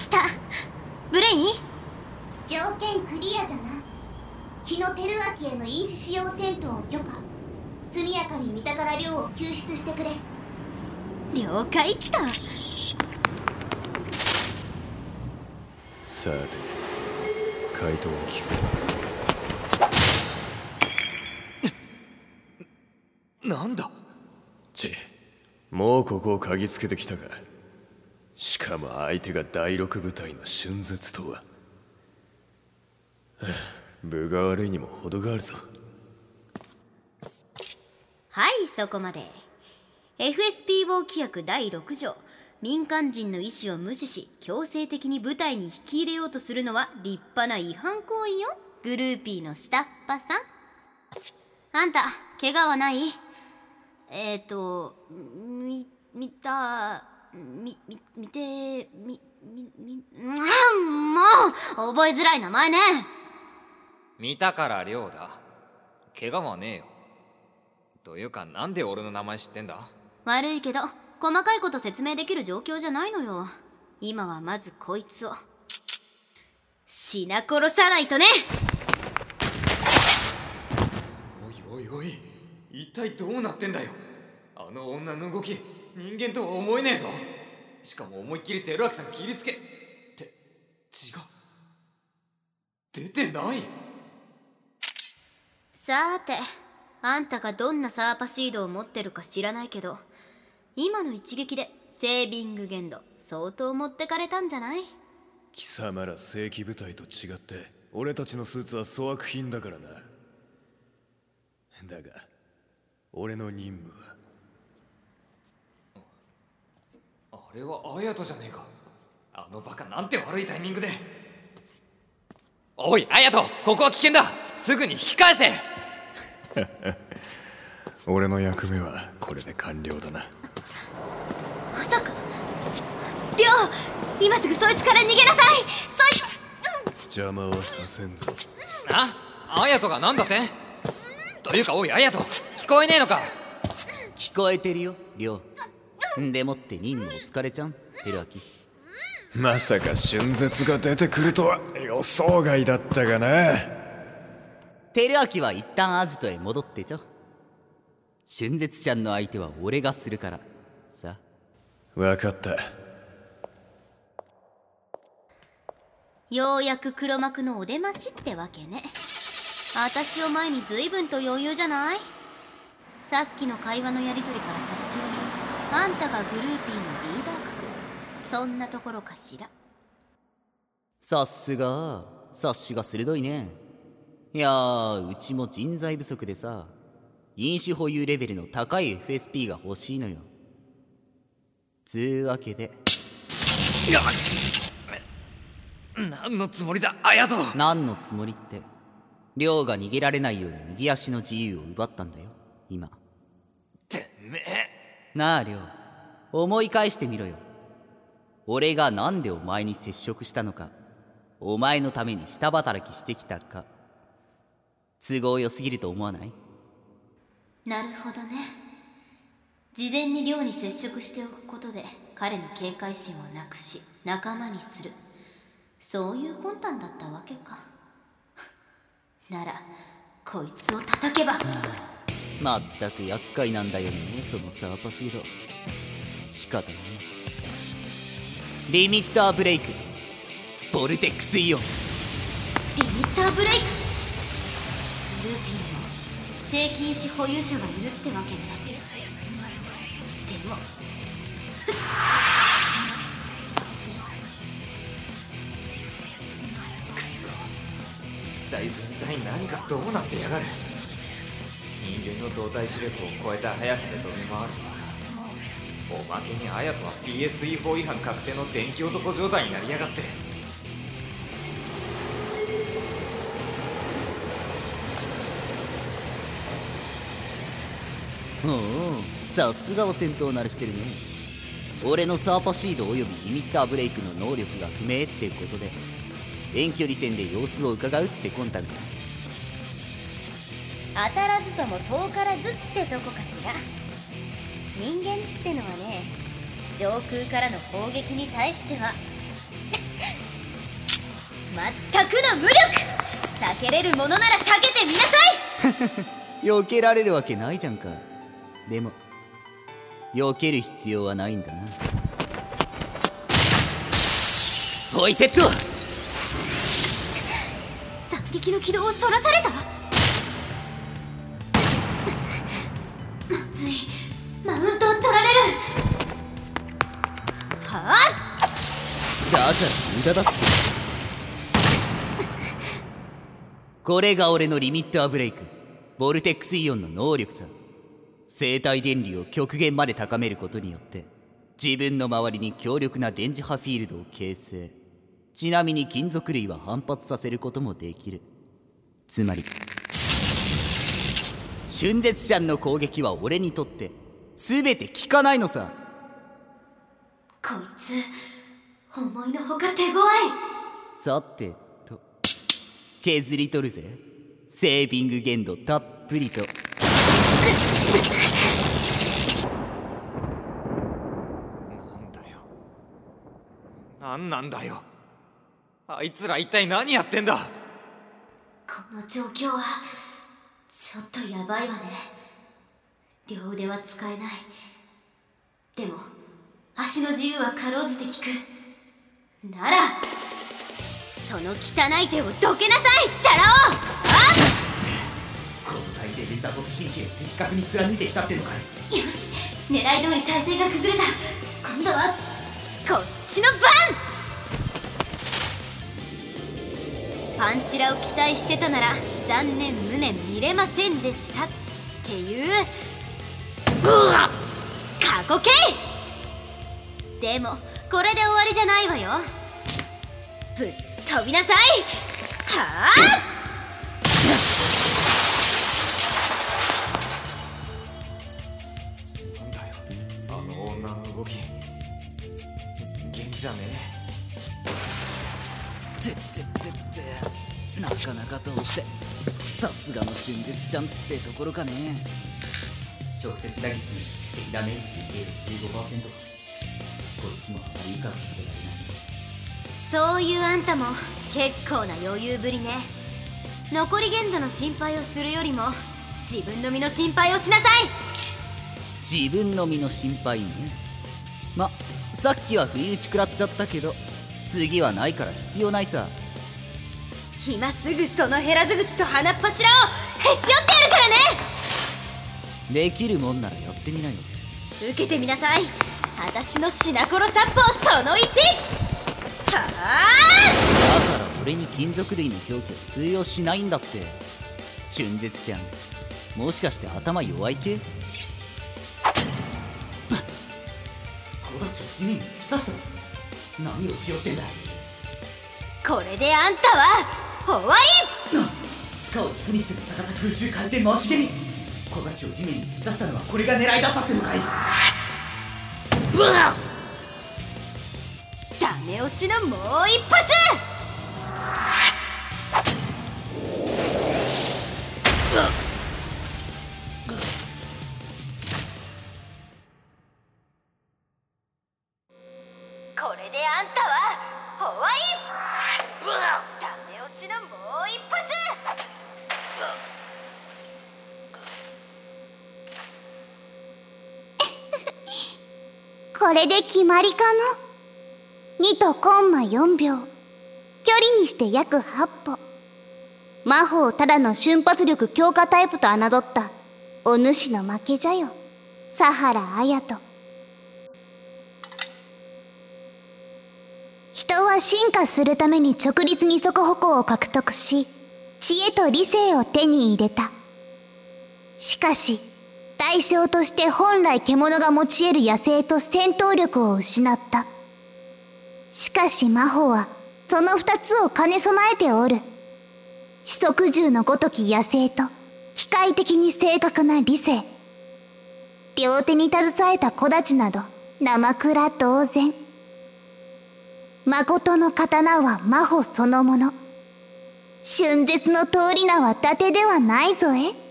した。ブレイン、 条件クリアじゃな。日野照明への飲酒使用戦闘を許可。速やかに三宝亮を救出してくれ。 了解っと。 さて回答を聞こう。 なんだもうここを嗅ぎつけてきたか。しかも相手が第六部隊の春絶とは。分が悪いにも程があるぞ。 はい、そこまで。 FSP 規約第6条、民間人の意思を無視し強制的に部隊に引き入れようとするのは立派な違反行為よ、グルーピーの下っ端さん。あんた怪我はない？もう覚えづらい名前ね。 見たから亮だ。怪我はねえよ。というかなんで俺の名前知ってんだ？ 悪いけど細かいこと説明できる状況じゃないのよ。今はまずこいつを死な殺さないとね。 おいおいおい、一体どうなってんだよ。あの女の動き人間とは思えねえぞ。しかも思いっきり照明さん切りつけって血が出てない。 さーて、あんたがどんなサーパシードを持ってるか知らないけど、今の一撃でセービング限度相当持ってかれたんじゃない？ 貴様ら正規部隊と違って俺たちのスーツは粗悪品だからな。だが俺の任務は。 あれは綾人じゃねえか。あのバカなんて悪いタイミングで。おい綾人、ここは危険だ。すぐに引き返せ。 俺の役目はこれで完了だな。 まさか亮、今すぐそいつから逃げなさい。そいつ、 邪魔はさせんぞ。 綾人がなんだって？というかおい綾人、聞こえねえのか？ 聞こえてるよ亮。でもって任務を疲れちゃん照明。 まさか春絶が出てくるとは予想外だったがな。 照明は一旦アジトへ戻ってちょ。春絶ちゃんの相手は俺がするからさ。 分かった。 ようやく黒幕のお出ましってわけね。私を前に随分と余裕じゃない？さっきの会話のやりとりから察するに、あんたがグルーピーのリーダー格、そんなところかしら。 さすが察しが鋭いね。いやー、うちも人材不足でさ、飲酒保有レベルの高い FSP が欲しいのよ。つうわけで。 何のつもりだ綾人。 何のつもりって、亮が逃げられないように右足の自由を奪ったんだよ今。 てめえ。 なあ亮、思い返してみろよ。俺がなんでお前に接触したのか、お前のために下働きしてきたか。都合良すぎると思わない？ なるほどね。事前に亮に接触しておくことで彼の警戒心をなくし仲間にする、そういう魂胆だったわけか。ならこいつを叩けば。 まったく厄介なんだよねそのサーパシード。仕方ない。リミッターブレイクボルテックスイオン。 リミッターブレイク。グルーピーにも正禁止保有者がいるってわけね。でもくそ、部隊全体何かどうなってやがる。人間の動体視力を超えた速さで飛び回る。おまけに綾人は PSE 法違反確定の電気男状態になりやがって。 おお、さすがは戦闘慣れしてるね。俺のサーパシードおよびリミッターブレイクの能力が不明ってことで遠距離戦で様子を伺うって魂胆だ。 当たらずとも遠からずってとこかしら。人間ってのはね、上空からの攻撃に対しては全くの無力。避けれるものなら避けてみなさい。 避けられるわけないじゃんか。でも避ける必要はないんだな。ポイセット。 斬撃の軌道をそらされた。まずい、マウントを取られる。はあ、 だから無駄だって。これが俺のリミッターブレイク、ボルテックスイオンの能力さ。生体電流を極限まで高めることによって自分の周りに強力な電磁波フィールドを形成。ちなみに金属類は反発させることもできる。つまり春絶ちゃんの攻撃は俺にとって全て効かないのさ。 こいつ思いのほか手強い。 さてと削り取るぜ。セービング限度たっぷりと。 なんなんだよ。あいつら一体何やってんだ。 この状況はちょっとやばいわね。両腕は使えない。でも足の自由はかろうじて効く。ならその汚い手をどけなさい、チャラ男。 この体勢で座骨神経を的確に貫いてきたってのかい。 よし、狙い通り体勢が崩れた。今度はこっちの番。パンチラを期待してたなら残念無念見れませんでしたっていう過去形。でもこれで終わりじゃないわよ。ぶっ飛びなさい。はあ、 なんだよあの女の動き。人間じゃねなかなかどうして。さすがの春絶ちゃんってところかね。直接打撃に蓄積ダメージでいける 15% か。こっちもあまりいいかもしれないな。 そういうあんたも結構な余裕ぶりね。残り限度の心配をするよりも自分の身の心配をしなさい。 自分の身の心配ね。ま、さっきは不意打ち食らっちゃったけど次はないから必要ないさ。 今すぐそのヘラズ口と鼻っ柱をへし折ってやるからね。 できるもんならやってみなよ。 受けてみなさい、私のシナコロ殺法その1。はあ、 だから俺に金属類の凶器は通用しないんだって。春絶ちゃん、もしかして頭弱い系？小立ちを地面に突き刺したの？何をしようってんだ。 これであんたは終わり。 塚を軸にしても逆さ空中回転回し蹴り。小立ちを地面に突き刺したのはこれが狙いだったってのかい。 ダメ押しのもう一発。これであんたは終わり。ダメ押しのもう一発。 これで決まりかの。2とコンマ4秒。距離にして約8歩。魔法ただの瞬発力強化タイプと侮ったお主の負けじゃよ、佐原綾人。人は進化するために直立二足歩行を獲得し、知恵と理性を手に入れた。しかし代償として本来獣が持ち得る野生と戦闘力を失った。しかし魔法はその二つを兼ね備えておる。四足獣のごとき野生と機械的に正確な理性。両手に携えた小太刀など生倉同然。誠の刀は魔法そのもの。春絶の通り名は伊達ではないぞえ。